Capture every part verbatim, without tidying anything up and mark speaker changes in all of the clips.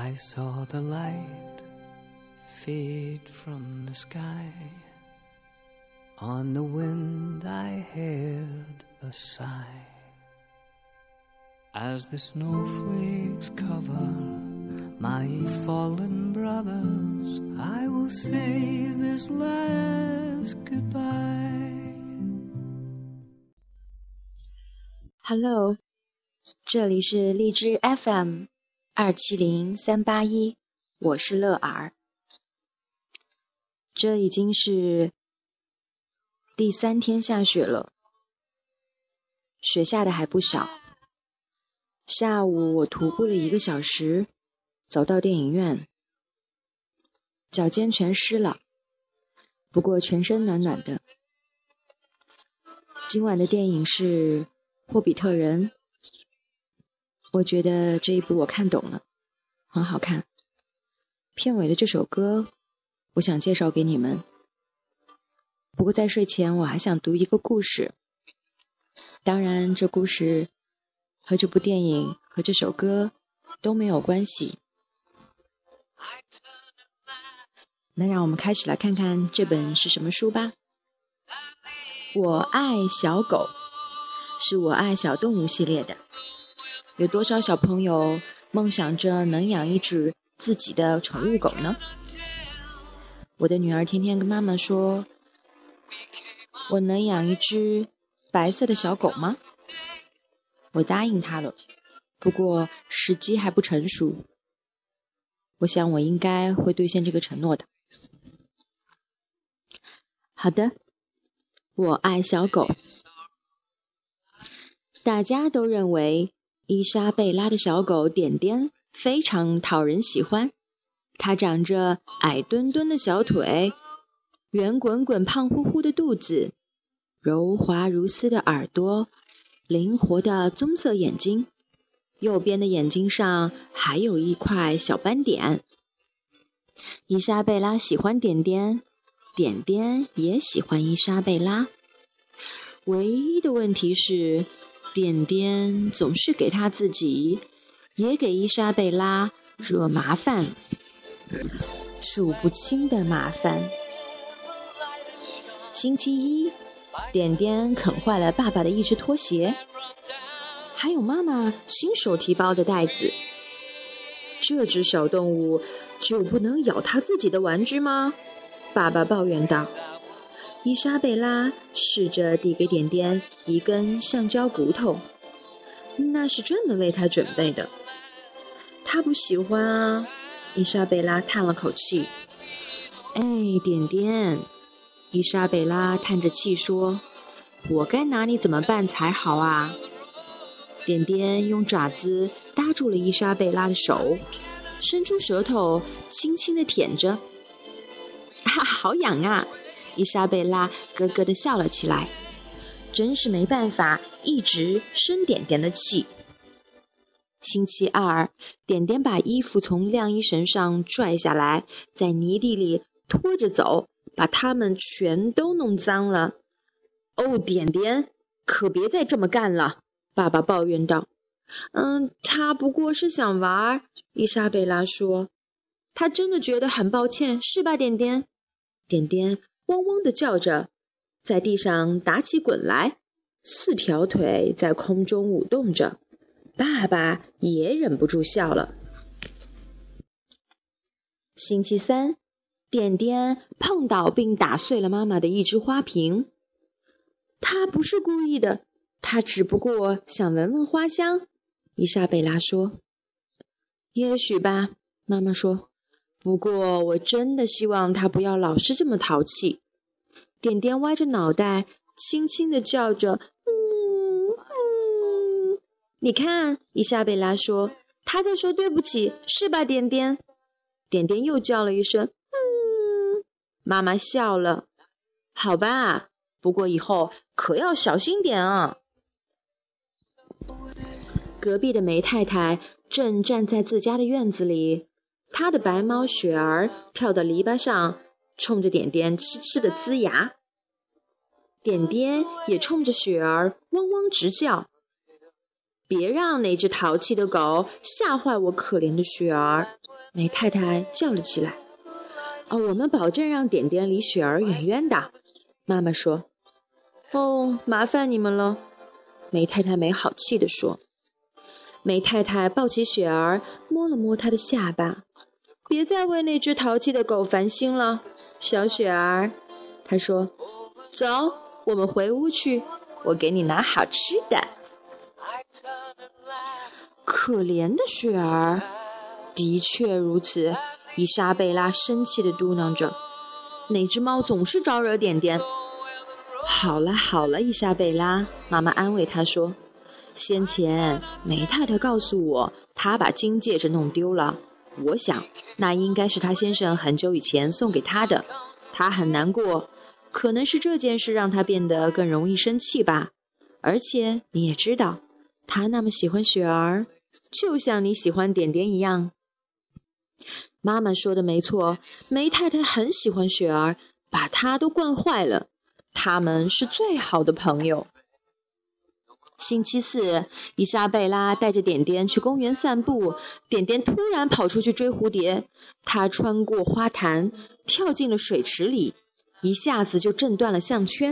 Speaker 1: I saw the light fade from the sky. On the wind I heard a sigh. As the snowflakes cover my fallen brothers, I will say this last goodbye.
Speaker 2: Hello, 这里是荔枝 F M 二七零三八一，我是乐儿。这已经是第三天下雪了，雪下的还不少。下午我徒步了一个小时，走到电影院，脚尖全湿了，不过全身暖暖的。今晚的电影是《霍比特人》，我觉得这一部我看懂了，很好看。片尾的这首歌，我想介绍给你们。不过在睡前我还想读一个故事，当然这故事和这部电影和这首歌都没有关系。那让我们开始来看看这本是什么书吧。我爱小狗，是我爱小动物系列的。有多少小朋友梦想着能养一只自己的宠物狗呢？我的女儿天天跟妈妈说，我能养一只白色的小狗吗？我答应她了，不过时机还不成熟。我想我应该会兑现这个承诺的。好的，我爱小狗。大家都认为伊莎贝拉的小狗点点非常讨人喜欢。它长着矮墩墩的小腿，圆滚滚胖乎乎的肚子，柔滑如丝的耳朵，灵活的棕色眼睛，右边的眼睛上还有一块小斑点。伊莎贝拉喜欢点点，点点也喜欢伊莎贝拉。唯一的问题是，点点总是给他自己，也给伊莎贝拉惹麻烦，数不清的麻烦。星期一，点点啃坏了爸爸的一只拖鞋，还有妈妈新手提包的袋子。这只小动物就不能咬它自己的玩具吗？爸爸抱怨道。伊莎贝拉试着递给点点一根橡胶骨头，那是专门为他准备的。他不喜欢啊，伊莎贝拉叹了口气。哎，点点，伊莎贝拉叹着气说，我该拿你怎么办才好啊？点点用爪子搭住了伊莎贝拉的手，伸出舌头轻轻地舔着。啊，好痒啊！伊莎贝拉咯咯地笑了起来，真是没办法一直生点点的气。星期二，点点把衣服从晾衣绳上拽下来，在泥地里拖着走，把它们全都弄脏了。哦，点点，可别再这么干了，爸爸抱怨道。嗯，他不过是想玩，伊莎贝拉说。他真的觉得很抱歉，是吧，点点？点点汪汪地叫着，在地上打起滚来，四条腿在空中舞动着。爸爸也忍不住笑了。星期三，点点碰倒并打碎了妈妈的一只花瓶。他不是故意的，他只不过想闻闻花香，伊莎贝拉说。也许吧，妈妈说。不过我真的希望他不要老是这么淘气。点点歪着脑袋，轻轻地叫着，嗯嗯。你看，伊莎贝拉说，他在说对不起，是吧，点点？点点又叫了一声，嗯。妈妈笑了。好吧，不过以后可要小心点啊。隔壁的梅太太正站在自家的院子里，她的白猫雪儿跳到篱笆上，冲着点点痴痴的呲牙。点点也冲着雪儿汪汪直叫。别让那只淘气的狗吓坏我可怜的雪儿。 梅太太叫了起来。哦，我们保证让点点离雪儿远远的，妈妈说。哦，麻烦你们了，梅太太没好气地说。梅太太抱起雪儿，摸了摸她的下巴。别再为那只淘气的狗烦心了，小雪儿，她说。走，我们回屋去，我给你拿好吃的。可怜的雪儿，的确如此，伊莎贝拉生气地嘟囔着。那只猫总是招惹点点。好了好了，伊莎贝拉，妈妈安慰她说。先前梅太太告诉我，她把金戒指弄丢了。我想，那应该是她先生很久以前送给她的。她很难过，可能是这件事让她变得更容易生气吧。而且你也知道，她那么喜欢雪儿，就像你喜欢点点一样。妈妈说的没错，梅太太很喜欢雪儿，把她都惯坏了。他们是最好的朋友。星期四，伊莎贝拉带着点点去公园散步，点点突然跑出去追蝴蝶，她穿过花坛，跳进了水池里，一下子就震断了项圈。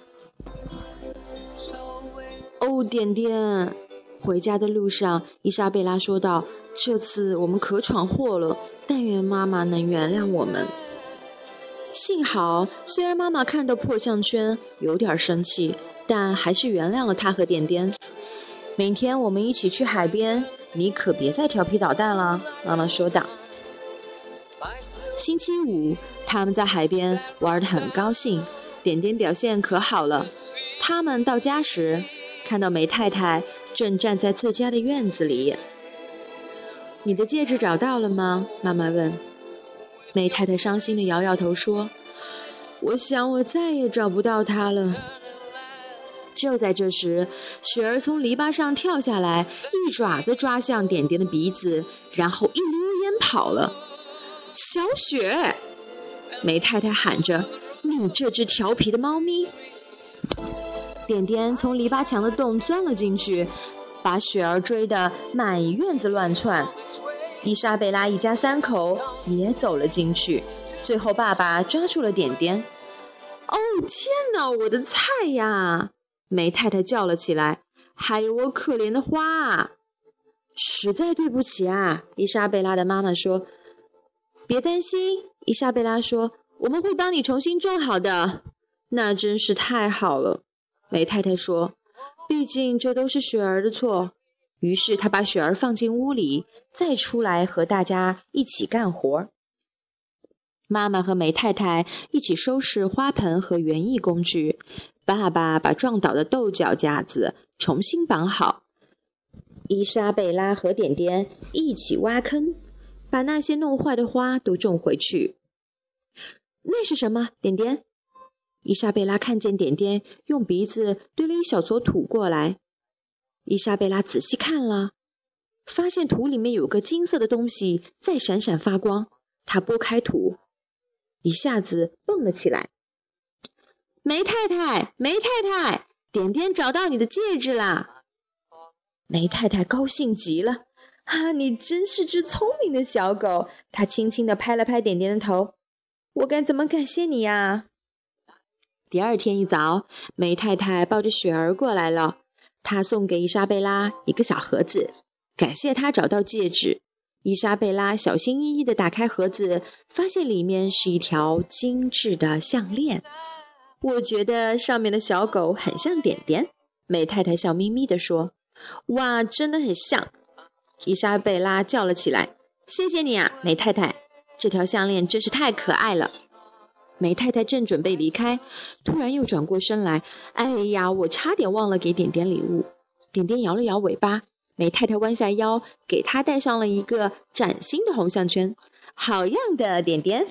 Speaker 2: 哦，点点，回家的路上，伊莎贝拉说道，这次我们可闯祸了，但愿妈妈能原谅我们。幸好，虽然妈妈看到破项圈有点生气，但还是原谅了她和点点。明天我们一起去海边，你可别再调皮捣蛋了，妈妈说道。星期五，他们在海边玩得很高兴，点点表现可好了。他们到家时，看到梅太太正站在自家的院子里。你的戒指找到了吗？妈妈问。梅太太伤心地摇摇头说，我想我再也找不到它了。就在这时，雪儿从篱笆上跳下来，一爪子抓向点点的鼻子，然后一溜烟跑了。小雪，梅太太喊着，你这只调皮的猫咪。点点从篱笆墙的洞钻了进去，把雪儿追得满院子乱窜。伊莎贝拉一家三口也走了进去，最后爸爸抓住了点点。哦，天哪，我的菜呀！梅太太叫了起来，还有我可怜的花啊！实在对不起啊，伊莎贝拉的妈妈说。别担心，伊莎贝拉说，我们会帮你重新种好的。那真是太好了，梅太太说，毕竟这都是雪儿的错。于是她把雪儿放进屋里，再出来和大家一起干活。妈妈和梅太太一起收拾花盆和园艺工具，爸爸把撞倒的豆角架子重新绑好。伊莎贝拉和点点一起挖坑，把那些弄坏的花都种回去。那是什么？点点？伊莎贝拉看见点点用鼻子堆了一小撮土过来。伊莎贝拉仔细看了，发现土里面有个金色的东西在闪闪发光。她拨开土，一下子蹦了起来。梅太太，梅太太，点点找到你的戒指啦！梅太太高兴极了。啊，你真是只聪明的小狗！她轻轻地拍了拍点点的头。我该怎么感谢你呀？第二天一早，梅太太抱着雪儿过来了。她送给伊莎贝拉一个小盒子，感谢她找到戒指。伊莎贝拉小心翼翼地打开盒子，发现里面是一条精致的项链。我觉得上面的小狗很像点点，梅太太笑眯眯地说。哇，真的很像！伊莎贝拉叫了起来。谢谢你啊，梅太太，这条项链真是太可爱了。梅太太正准备离开，突然又转过身来。哎呀，我差点忘了给点点礼物。点点摇了摇尾巴，梅太太弯下腰，给她戴上了一个崭新的红项圈。好样的，点点！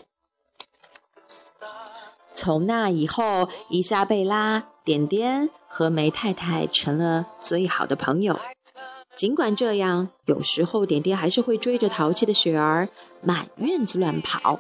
Speaker 2: 从那以后，伊莎贝拉、点点和梅太太成了最好的朋友。尽管这样，有时候点点还是会追着淘气的雪儿满院子乱跑。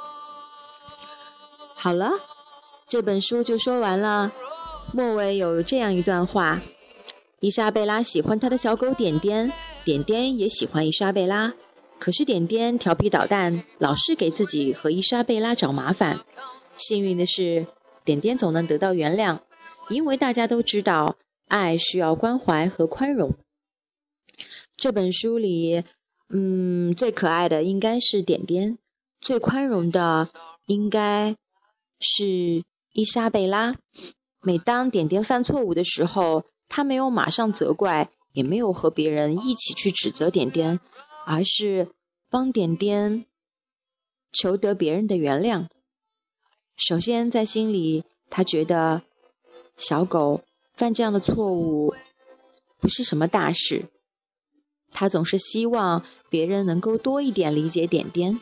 Speaker 2: 好了，这本书就说完了。末尾有这样一段话：伊莎贝拉喜欢她的小狗点点，点点也喜欢伊莎贝拉。 可是点点调皮捣蛋，老是给自己和伊莎贝拉找麻烦。幸运的是，点点总能得到原谅，因为大家都知道，爱需要关怀和宽容。这本书里，嗯，最可爱的应该是点点，最宽容的应该是伊莎贝拉。每当点点犯错误的时候，她没有马上责怪，也没有和别人一起去指责点点，而是帮点点求得别人的原谅。首先在心里，她觉得小狗犯这样的错误不是什么大事，她总是希望别人能够多一点理解点点。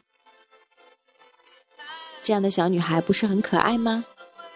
Speaker 2: 这样的小女孩不是很可爱吗？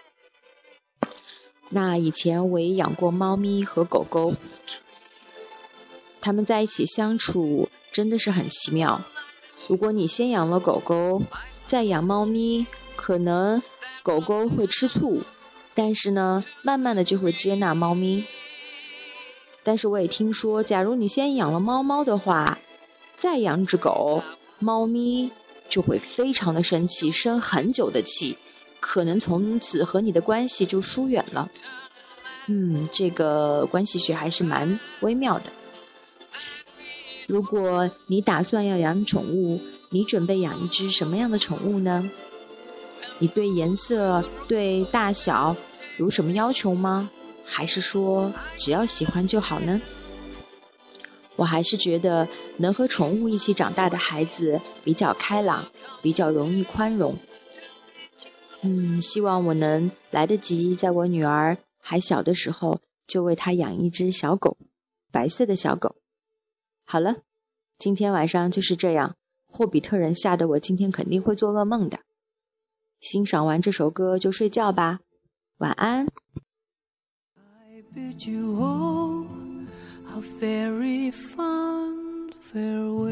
Speaker 2: 那以前我也养过猫咪和狗狗，它们在一起相处真的是很奇妙。如果你先养了狗狗，再养猫咪，可能狗狗会吃醋，但是呢，慢慢的就会接纳猫咪。但是我也听说，假如你先养了猫猫的话，再养只狗，猫咪就会非常的生气，生很久的气，可能从此和你的关系就疏远了。嗯，这个关系学还是蛮微妙的。如果你打算要养宠物，你准备养一只什么样的宠物呢？你对颜色、对大小有什么要求吗？还是说只要喜欢就好呢？我还是觉得能和宠物一起长大的孩子比较开朗，比较容易宽容。嗯，希望我能来得及在我女儿还小的时候就为她养一只小狗，白色的小狗。好了，今天晚上就是这样，霍比特人吓得我今天肯定会做噩梦的。欣赏完这首歌就睡觉吧，晚安。
Speaker 1: I bid you all a very fond farewell.